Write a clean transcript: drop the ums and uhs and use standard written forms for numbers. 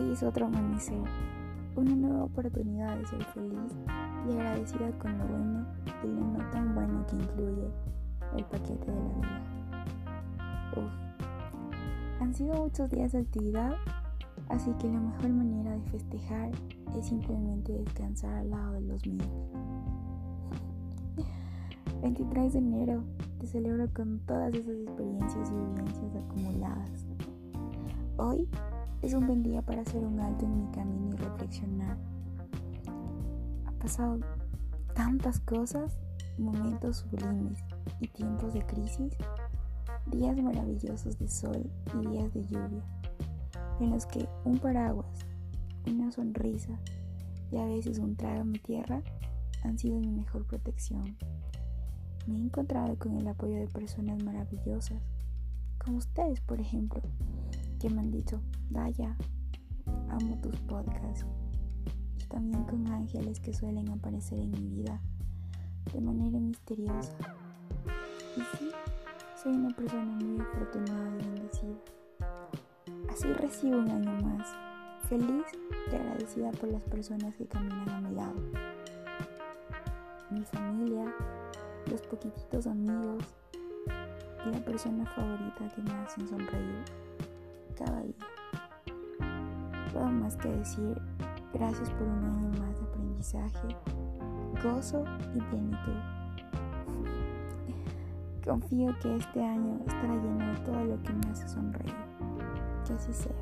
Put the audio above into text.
Hoy es otro amanecer, una nueva oportunidad de ser feliz y agradecida con lo bueno y lo no tan bueno que incluye el paquete de la vida. Han sido muchos días de actividad, así que la mejor manera de festejar es simplemente descansar al lado de los míos. 23 de enero, te celebro con todas esas experiencias y vivencias acumuladas. Hoy es un buen día para hacer un alto en mi camino y reflexionar. Ha pasado tantas cosas, momentos sublimes y tiempos de crisis, días maravillosos de sol y días de lluvia, en los que un paraguas, una sonrisa y a veces un trágame tierra han sido mi mejor protección. Me he encontrado con el apoyo de personas maravillosas, como ustedes, por ejemplo, que me han dicho: Daya, amo tus podcasts. Y también con ángeles que suelen aparecer en mi vida de manera misteriosa. Y sí, soy una persona muy afortunada y bendecida. Así recibo un año más, feliz y agradecida por las personas que caminan a mi lado. Mi familia, los poquititos amigos y la persona favorita que me hacen sonreír cada día. Puedo más que decir gracias por un año más de aprendizaje, gozo y plenitud. Confío que este año estará lleno de todo lo que me hace sonreír. Que así sea.